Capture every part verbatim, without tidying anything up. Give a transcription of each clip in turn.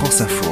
France Info.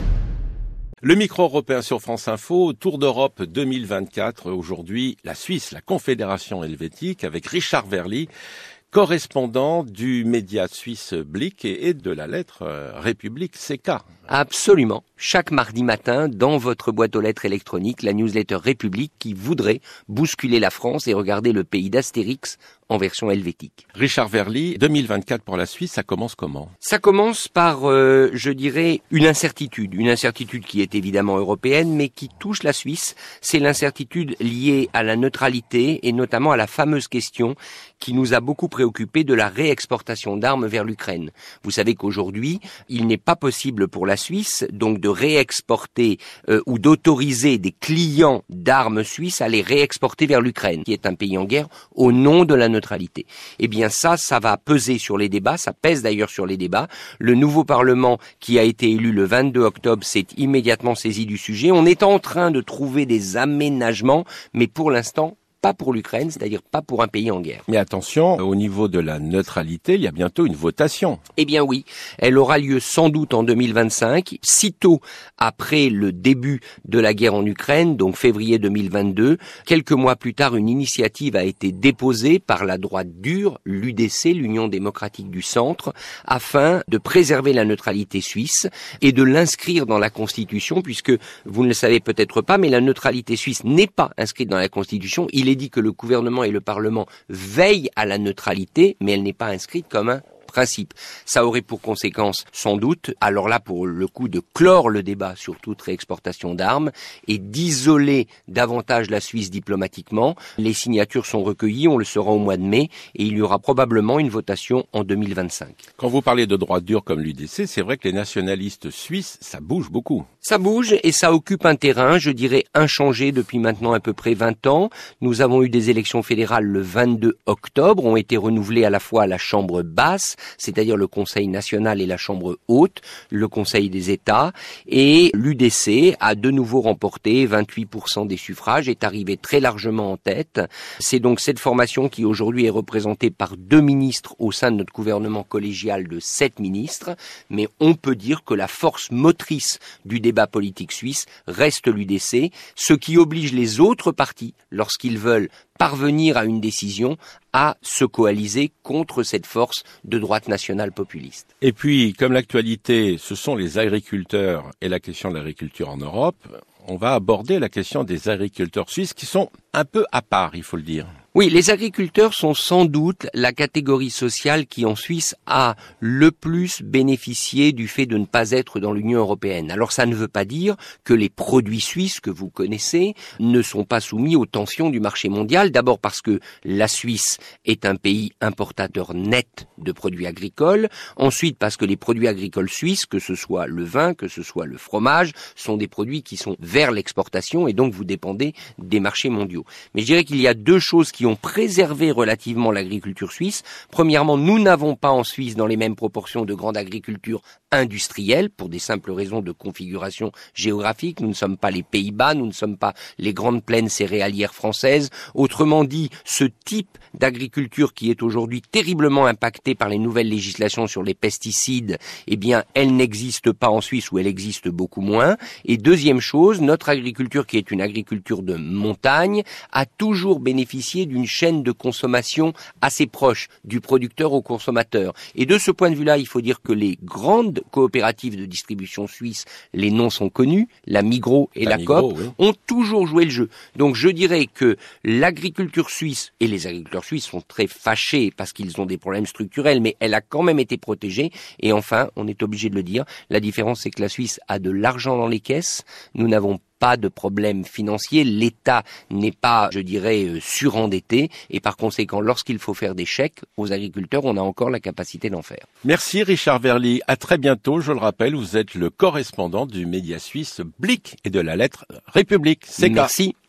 Le micro européen sur France Info, Tour d'Europe deux mille vingt-quatre. Aujourd'hui, la Suisse, la Confédération helvétique, avec Richard Verly, correspondant du média suisse Blick et de la lettre République C K. Absolument. Chaque mardi matin, dans votre boîte aux lettres électronique, la newsletter République qui voudrait bousculer la France et regarder le pays d'Astérix en version helvétique. Richard Verly, deux mille vingt-quatre pour la Suisse, ça commence comment ? Ça commence par, euh, je dirais, une incertitude. Une incertitude qui est évidemment européenne, mais qui touche la Suisse. C'est l'incertitude liée à la neutralité et notamment à la fameuse question qui nous a beaucoup préoccupés de la réexportation d'armes vers l'Ukraine. Vous savez qu'aujourd'hui, il n'est pas possible pour la Suisse, donc de réexporter euh, ou d'autoriser des clients d'armes suisses à les réexporter vers l'Ukraine, qui est un pays en guerre, au nom de la neutralité. Eh bien ça, ça va peser sur les débats, ça pèse d'ailleurs sur les débats. Le nouveau Parlement qui a été élu le vingt-deux octobre s'est immédiatement saisi du sujet. On est en train de trouver des aménagements, mais pour l'instant, pas pour l'Ukraine, c'est-à-dire pas pour un pays en guerre. Mais attention, au niveau de la neutralité, il y a bientôt une votation. Eh bien oui, elle aura lieu sans doute en deux mille vingt-cinq, sitôt après le début de la guerre en Ukraine, donc février deux mille vingt-deux. Quelques mois plus tard, une initiative a été déposée par la droite dure, l'U D C, l'Union démocratique du centre, afin de préserver la neutralité suisse et de l'inscrire dans la Constitution, puisque vous ne le savez peut-être pas, mais la neutralité suisse n'est pas inscrite dans la Constitution. Il Il est dit que le gouvernement et le Parlement veillent à la neutralité, mais elle n'est pas inscrite comme un principe. Ça aurait pour conséquence, sans doute, alors là pour le coup de clore le débat sur toute réexportation d'armes et d'isoler davantage la Suisse diplomatiquement. Les signatures sont recueillies, on le saura au mois de mai, et il y aura probablement une votation en deux mille vingt-cinq. Quand vous parlez de droite dure comme l'U D C, c'est vrai que les nationalistes suisses, ça bouge beaucoup. Ça bouge et ça occupe un terrain, je dirais, inchangé depuis maintenant à peu près vingt ans. Nous avons eu des élections fédérales le vingt-deux octobre, ont été renouvelées à la fois à la Chambre basse, c'est-à-dire le Conseil national et la Chambre haute, le Conseil des États, et l'U D C a de nouveau remporté vingt-huit pour cent des suffrages, est arrivé très largement en tête. C'est donc cette formation qui aujourd'hui est représentée par deux ministres au sein de notre gouvernement collégial de sept ministres, mais on peut dire que la force motrice du débat politique suisse reste l'U D C, ce qui oblige les autres partis, lorsqu'ils veulent parvenir à une décision, à se coaliser contre cette force de droite nationale populiste. Et puis, comme l'actualité, ce sont les agriculteurs et la question de l'agriculture en Europe, on va aborder la question des agriculteurs suisses qui sont un peu à part, il faut le dire. Oui, les agriculteurs sont sans doute la catégorie sociale qui en Suisse a le plus bénéficié du fait de ne pas être dans l'Union européenne. Alors ça ne veut pas dire que les produits suisses que vous connaissez ne sont pas soumis aux tensions du marché mondial. D'abord parce que la Suisse est un pays importateur net de produits agricoles. Ensuite parce que les produits agricoles suisses, que ce soit le vin, que ce soit le fromage, sont des produits qui sont vers l'exportation et donc vous dépendez des marchés mondiaux. Mais je dirais qu'il y a deux choses qui ont préservé relativement l'agriculture suisse. Premièrement, nous n'avons pas en Suisse dans les mêmes proportions de grande agriculture industrielle pour des simples raisons de configuration géographique. Nous ne sommes pas les Pays-Bas, nous ne sommes pas les grandes plaines céréalières françaises. Autrement dit, ce type d'agriculture qui est aujourd'hui terriblement impactée par les nouvelles législations sur les pesticides, eh bien, elle n'existe pas en Suisse ou elle existe beaucoup moins. Et deuxième chose, notre agriculture qui est une agriculture de montagne a toujours bénéficié d'une chaîne de consommation assez proche du producteur au consommateur. Et de ce point de vue-là, il faut dire que les grandes coopératives de distribution suisses, les noms sont connus, la Migros et la, la Migros, Coop, oui, ont toujours joué le jeu. Donc je dirais que l'agriculture suisse, et les agriculteurs suisses sont très fâchés parce qu'ils ont des problèmes structurels, mais elle a quand même été protégée. Et enfin, on est obligé de le dire, la différence c'est que la Suisse a de l'argent dans les caisses, nous n'avons pas de problème financier, l'État n'est pas, je dirais, surendetté et par conséquent, lorsqu'il faut faire des chèques aux agriculteurs, on a encore la capacité d'en faire. Merci Richard Verly, à très bientôt. Je le rappelle, vous êtes le correspondant du média suisse Blick et de la lettre République C K. Merci.